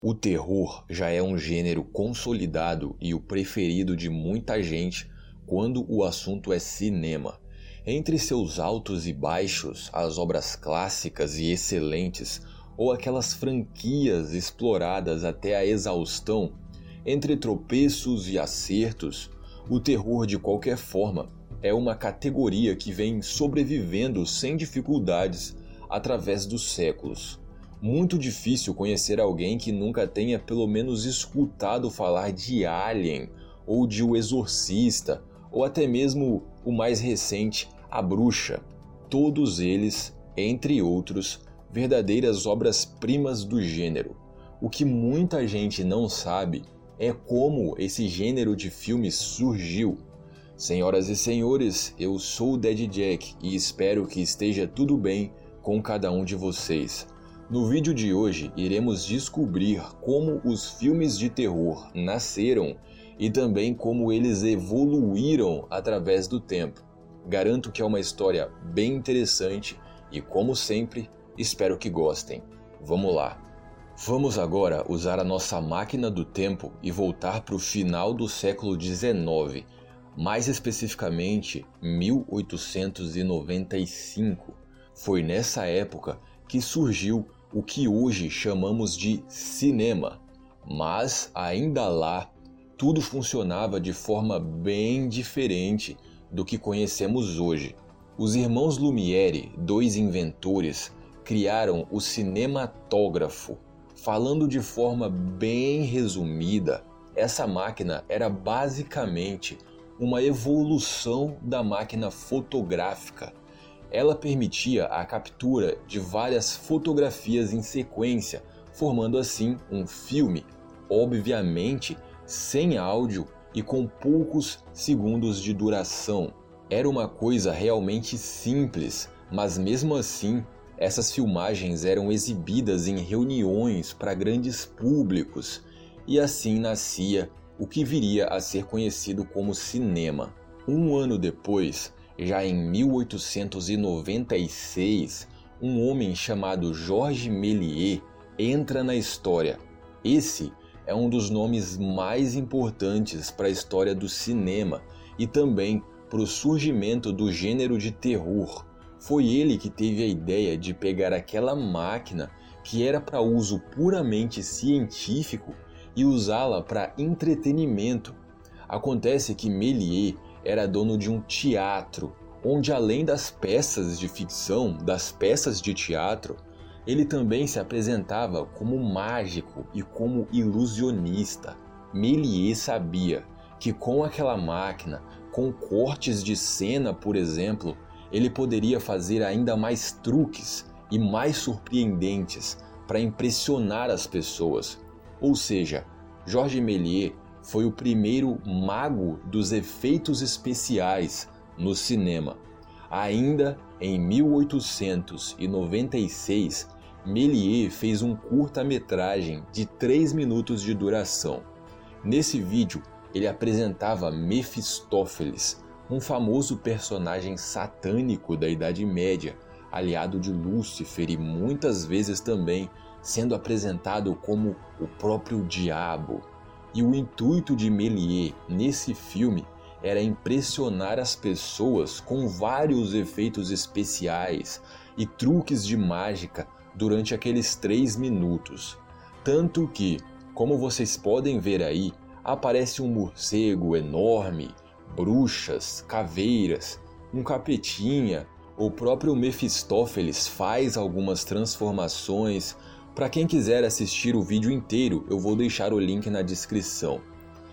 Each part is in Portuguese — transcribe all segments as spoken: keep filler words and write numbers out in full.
O terror já é um gênero consolidado e o preferido de muita gente quando o assunto é cinema. Entre seus altos e baixos, as obras clássicas e excelentes, ou aquelas franquias exploradas até a exaustão, entre tropeços e acertos, o terror de qualquer forma é uma categoria que vem sobrevivendo sem dificuldades através dos séculos. Muito difícil conhecer alguém que nunca tenha pelo menos escutado falar de Alien, ou de O Exorcista, ou até mesmo o mais recente, A Bruxa. Todos eles, entre outros, verdadeiras obras-primas do gênero. O que muita gente não sabe é como esse gênero de filmes surgiu. Senhoras e senhores, eu sou o Dead Jack e espero que esteja tudo bem com cada um de vocês. No vídeo de hoje, iremos descobrir como os filmes de terror nasceram e também como eles evoluíram através do tempo. Garanto que é uma história bem interessante e, como sempre, espero que gostem. Vamos lá! Vamos agora usar a nossa máquina do tempo e voltar para o final do século dezenove, mais especificamente mil oitocentos e noventa e cinco. Foi nessa época que surgiu o que hoje chamamos de cinema, mas ainda lá tudo funcionava de forma bem diferente do que conhecemos hoje. Os irmãos Lumière, dois inventores, criaram o cinematógrafo. Falando de forma bem resumida, essa máquina era basicamente uma evolução da máquina fotográfica. Ela permitia a captura de várias fotografias em sequência, formando assim um filme, obviamente sem áudio e com poucos segundos de duração. Era uma coisa realmente simples, mas mesmo assim, essas filmagens eram exibidas em reuniões para grandes públicos, e assim nascia o que viria a ser conhecido como cinema. Um ano depois, já em mil oitocentos e noventa e seis, um homem chamado Georges Méliès entra na história. Esse é um dos nomes mais importantes para a história do cinema e também para o surgimento do gênero de terror. Foi ele que teve a ideia de pegar aquela máquina que era para uso puramente científico e usá-la para entretenimento. Acontece que Méliès era dono de um teatro, onde além das peças de ficção, das peças de teatro, ele também se apresentava como mágico e como ilusionista. Méliès sabia que com aquela máquina, com cortes de cena, por exemplo, ele poderia fazer ainda mais truques e mais surpreendentes para impressionar as pessoas. Ou seja, Georges Méliès foi o primeiro mago dos efeitos especiais no cinema. Ainda em mil oitocentos e noventa e seis, Méliès fez um curta-metragem de três minutos de duração. Nesse vídeo, ele apresentava Mefistófeles, um famoso personagem satânico da Idade Média, aliado de Lúcifer e muitas vezes também sendo apresentado como o próprio diabo. E o intuito de Méliès nesse filme era impressionar as pessoas com vários efeitos especiais e truques de mágica durante aqueles três minutos. Tanto que, como vocês podem ver aí, aparece um morcego enorme, bruxas, caveiras, um capetinha, o próprio Mefistófeles faz algumas transformações. Para quem quiser assistir o vídeo inteiro, eu vou deixar o link na descrição.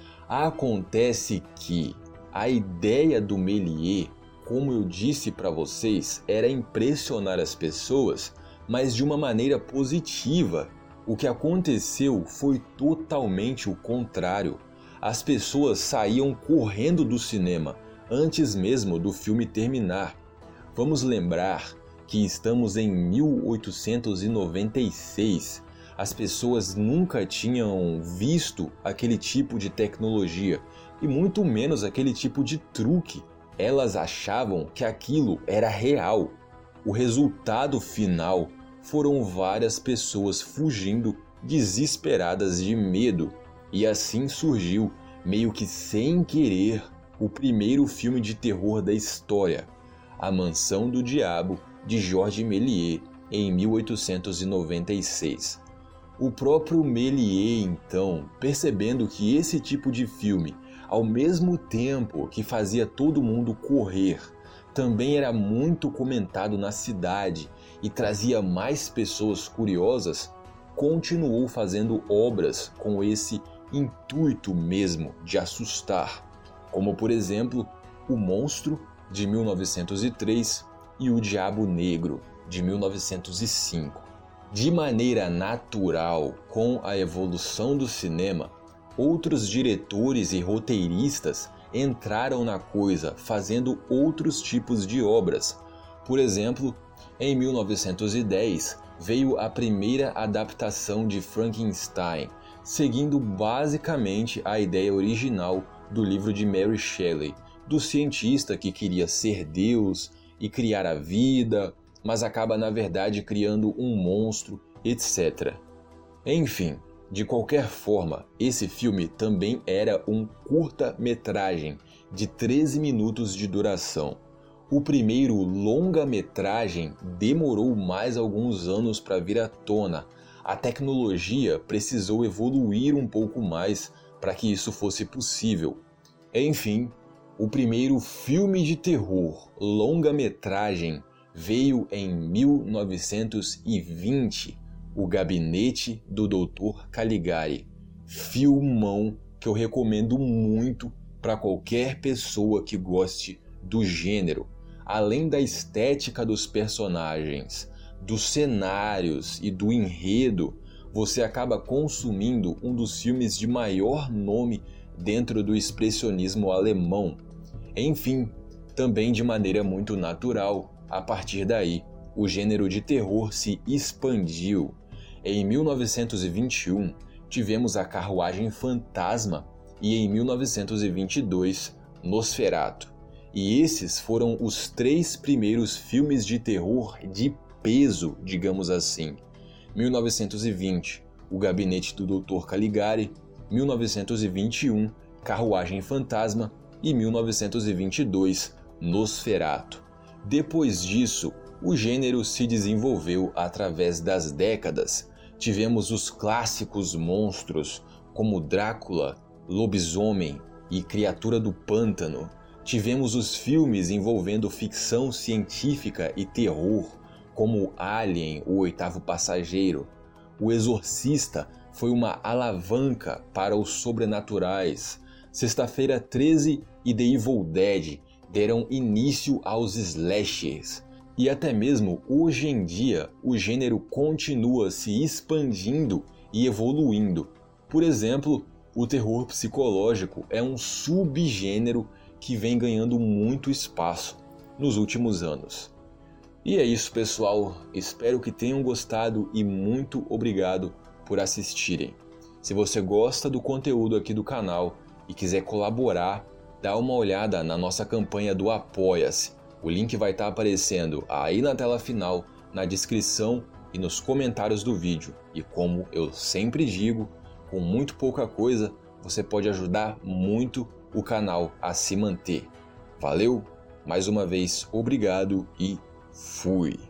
Acontece que a ideia do Méliès, como eu disse para vocês, era impressionar as pessoas, mas de uma maneira positiva. O que aconteceu foi totalmente o contrário. As pessoas saíam correndo do cinema antes mesmo do filme terminar. Vamos lembrar que estamos em mil oitocentos e noventa e seis. As pessoas nunca tinham visto aquele tipo de tecnologia e muito menos aquele tipo de truque. Elas achavam que aquilo era real. O resultado final foram várias pessoas fugindo desesperadas de medo, e assim surgiu, meio que sem querer, o primeiro filme de terror da história, A Mansão do Diabo, de Georges Méliès, em mil oitocentos e noventa e seis. O próprio Méliès, então, percebendo que esse tipo de filme, ao mesmo tempo que fazia todo mundo correr, também era muito comentado na cidade e trazia mais pessoas curiosas, continuou fazendo obras com esse intuito mesmo de assustar, como por exemplo O Monstro, de mil novecentos e três, e O Diabo Negro, de mil novecentos e cinco. De maneira natural, com a evolução do cinema, outros diretores e roteiristas entraram na coisa fazendo outros tipos de obras. Por exemplo, em mil novecentos e dez veio a primeira adaptação de Frankenstein, seguindo basicamente a ideia original do livro de Mary Shelley, do cientista que queria ser Deus e criar a vida, mas acaba na verdade criando um monstro, etcétera. Enfim, de qualquer forma, esse filme também era um curta-metragem de treze minutos de duração. O primeiro longa-metragem demorou mais alguns anos para vir à tona. A tecnologia precisou evoluir um pouco mais para que isso fosse possível. Enfim, o primeiro filme de terror longa-metragem veio em mil novecentos e vinte, O Gabinete do doutor Caligari. Filmão que eu recomendo muito para qualquer pessoa que goste do gênero. Além da estética dos personagens, dos cenários e do enredo, você acaba consumindo um dos filmes de maior nome dentro do expressionismo alemão. Enfim, também de maneira muito natural, a partir daí, o gênero de terror se expandiu. Em mil novecentos e vinte e um, tivemos A Carruagem Fantasma e em mil novecentos e vinte e dois, Nosferatu. E esses foram os três primeiros filmes de terror de peso, digamos assim. mil novecentos e vinte, O Gabinete do doutor Caligari, mil novecentos e vinte e um, Carruagem Fantasma e mil novecentos e vinte e dois, Nosferatu. Depois disso, o gênero se desenvolveu através das décadas. Tivemos os clássicos monstros como Drácula, Lobisomem e Criatura do Pântano. Tivemos os filmes envolvendo ficção científica e terror, como Alien, O Oitavo Passageiro. O Exorcista foi uma alavanca para os sobrenaturais. Sexta-feira treze e The Evil Dead deram início aos slashers. E até mesmo hoje em dia, o gênero continua se expandindo e evoluindo. Por exemplo, o terror psicológico é um subgênero que vem ganhando muito espaço nos últimos anos. E é isso, pessoal. Espero que tenham gostado e muito obrigado por assistirem. Se você gosta do conteúdo aqui do canal e quiser colaborar, dá uma olhada na nossa campanha do Apoia-se. O link vai estar aparecendo aí na tela final, na descrição e nos comentários do vídeo. E como eu sempre digo, com muito pouca coisa, você pode ajudar muito o canal a se manter. Valeu? Mais uma vez, obrigado e fui!